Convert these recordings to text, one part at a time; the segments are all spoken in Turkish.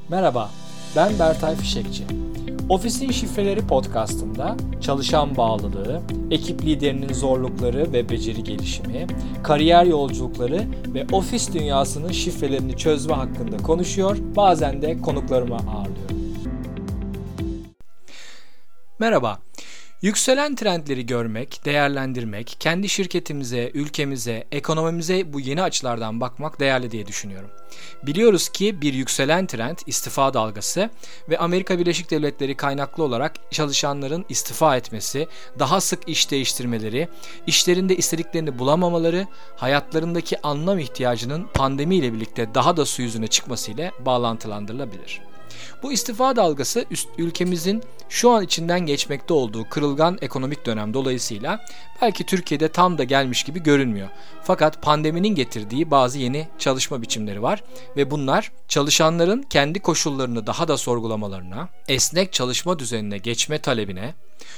Merhaba, ben Bertay Fişekçi. Ofisin Şifreleri podcastında çalışan bağlılığı, ekip liderinin zorlukları ve beceri gelişimi, kariyer yolculukları ve ofis dünyasının şifrelerini çözme hakkında konuşuyor, bazen de konuklarımı ağırlıyorum. Merhaba. Yükselen trendleri görmek, değerlendirmek, kendi şirketimize, ülkemize, ekonomimize bu yeni açılardan bakmak değerli diye düşünüyorum. Biliyoruz ki bir yükselen trend istifa dalgası ve Amerika Birleşik Devletleri kaynaklı olarak çalışanların istifa etmesi, daha sık iş değiştirmeleri, işlerinde istediklerini bulamamaları, hayatlarındaki anlam ihtiyacının pandemiyle birlikte daha da su yüzüne çıkmasıyla bağlantılandırılabilir. Bu istifa dalgası ülkemizin şu an içinden geçmekte olduğu kırılgan ekonomik dönem dolayısıyla belki Türkiye'de tam da gelmiş gibi görünmüyor. Fakat pandeminin getirdiği bazı yeni çalışma biçimleri var ve bunlar çalışanların kendi koşullarını daha da sorgulamalarına, esnek çalışma düzenine geçme talebine,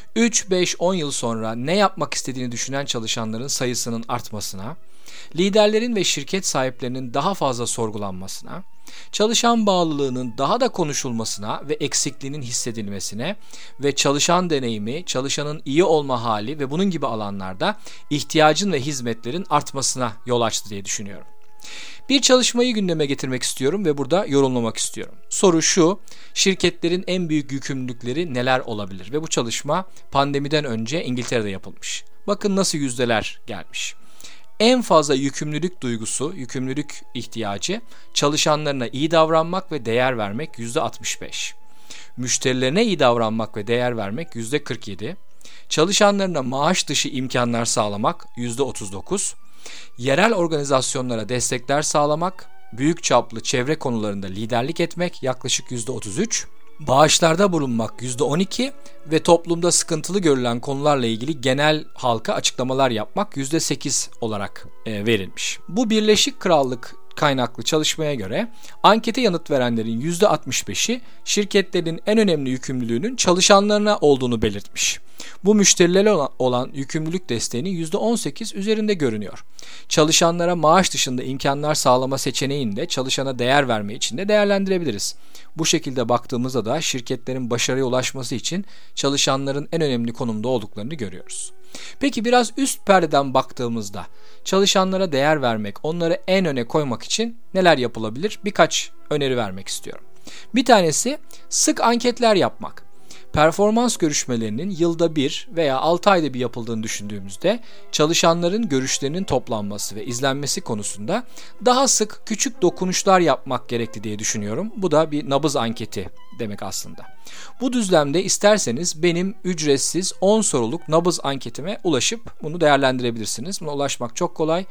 3, 5, 10 yıl sonra ne yapmak istediğini düşünen çalışanların sayısının artmasına, liderlerin ve şirket sahiplerinin daha fazla sorgulanmasına, çalışan bağlılığının daha da konuşulmasına ve eksikliğinin hissedilmesine ve çalışan deneyimi, çalışanın iyi olma hali ve bunun gibi alanlarda ihtiyacın ve hizmetlerin artmasına yol açtı diye düşünüyorum. Bir çalışmayı gündeme getirmek istiyorum ve burada yorumlamak istiyorum. Soru şu, şirketlerin en büyük yükümlülükleri neler olabilir? Ve bu çalışma pandemiden önce İngiltere'de yapılmış. Bakın nasıl yüzdeler gelmiş. En fazla yükümlülük duygusu, yükümlülük ihtiyacı çalışanlarına iyi davranmak ve değer vermek %65. Müşterilerine iyi davranmak ve değer vermek %47. Çalışanlarına maaş dışı imkanlar sağlamak %39. Yerel organizasyonlara destekler sağlamak, büyük çaplı çevre konularında liderlik etmek yaklaşık %33. Bağışlarda bulunmak %12 ve toplumda sıkıntılı görülen konularla ilgili genel halka açıklamalar yapmak %8 olarak verilmiş. Bu Birleşik Krallık kaynaklı çalışmaya göre ankete yanıt verenlerin %65'i şirketlerin en önemli yükümlülüğünün çalışanlarına olduğunu belirtmiş. Bu müşterilere olan yükümlülük desteğinin %18 üzerinde görünüyor. Çalışanlara maaş dışında imkanlar sağlama seçeneğini de çalışana değer verme için de değerlendirebiliriz. Bu şekilde baktığımızda da şirketlerin başarıya ulaşması için çalışanların en önemli konumda olduklarını görüyoruz. Peki biraz üst perdeden baktığımızda çalışanlara değer vermek, onları en öne koymak için neler yapılabilir? Birkaç öneri vermek istiyorum. Bir tanesi sık anketler yapmak. Performans görüşmelerinin yılda bir veya 6 ayda bir yapıldığını düşündüğümüzde çalışanların görüşlerinin toplanması ve izlenmesi konusunda daha sık küçük dokunuşlar yapmak gerekli diye düşünüyorum. Bu da bir nabız anketi demek aslında. Bu düzlemde isterseniz benim ücretsiz 10 soruluk nabız anketime ulaşıp bunu değerlendirebilirsiniz. Buna ulaşmak çok kolay.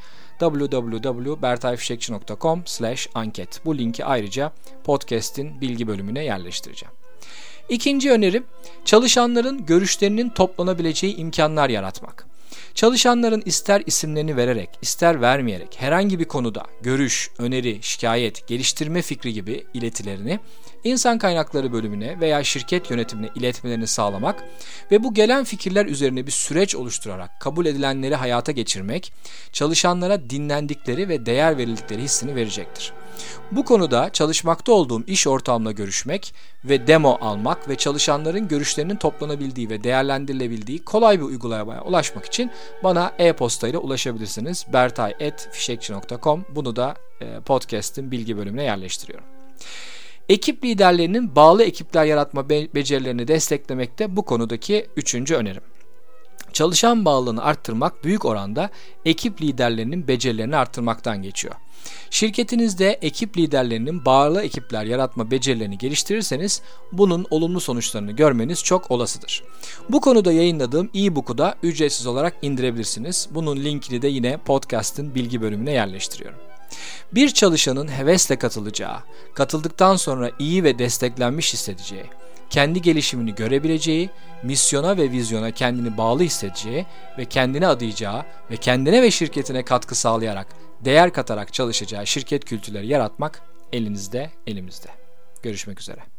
www.bertayfişekçi.com/anket. Bu linki ayrıca podcast'in bilgi bölümüne yerleştireceğim. İkinci önerim, çalışanların görüşlerinin toplanabileceği imkanlar yaratmak. Çalışanların ister isimlerini vererek, ister vermeyerek herhangi bir konuda görüş, öneri, şikayet, geliştirme fikri gibi iletilerini insan kaynakları bölümüne veya şirket yönetimine iletmelerini sağlamak ve bu gelen fikirler üzerine bir süreç oluşturarak kabul edilenleri hayata geçirmek, çalışanlara dinlendikleri ve değer verildikleri hissini verecektir. Bu konuda çalışmakta olduğum iş ortağımla görüşmek ve demo almak ve çalışanların görüşlerinin toplanabildiği ve değerlendirilebildiği kolay bir uygulamaya ulaşmak için bana e-posta ile ulaşabilirsiniz. bertay@fişekçi.com. Bunu da podcast'in bilgi bölümüne yerleştiriyorum. Ekip liderlerinin bağlı ekipler yaratma becerilerini desteklemek de bu konudaki üçüncü önerim. Çalışan bağlılığını arttırmak büyük oranda ekip liderlerinin becerilerini arttırmaktan geçiyor. Şirketinizde ekip liderlerinin bağlı ekipler yaratma becerilerini geliştirirseniz bunun olumlu sonuçlarını görmeniz çok olasıdır. Bu konuda yayınladığım e-book'u da ücretsiz olarak indirebilirsiniz. Bunun linkini de yine podcast'ın bilgi bölümüne yerleştiriyorum. Bir çalışanın hevesle katılacağı, katıldıktan sonra iyi ve desteklenmiş hissedeceği, kendi gelişimini görebileceği, misyona ve vizyona kendini bağlı hissedeceği ve kendine adayacağı ve kendine ve şirketine katkı sağlayarak, değer katarak çalışacağı şirket kültürleri yaratmak elinizde, elimizde. Görüşmek üzere.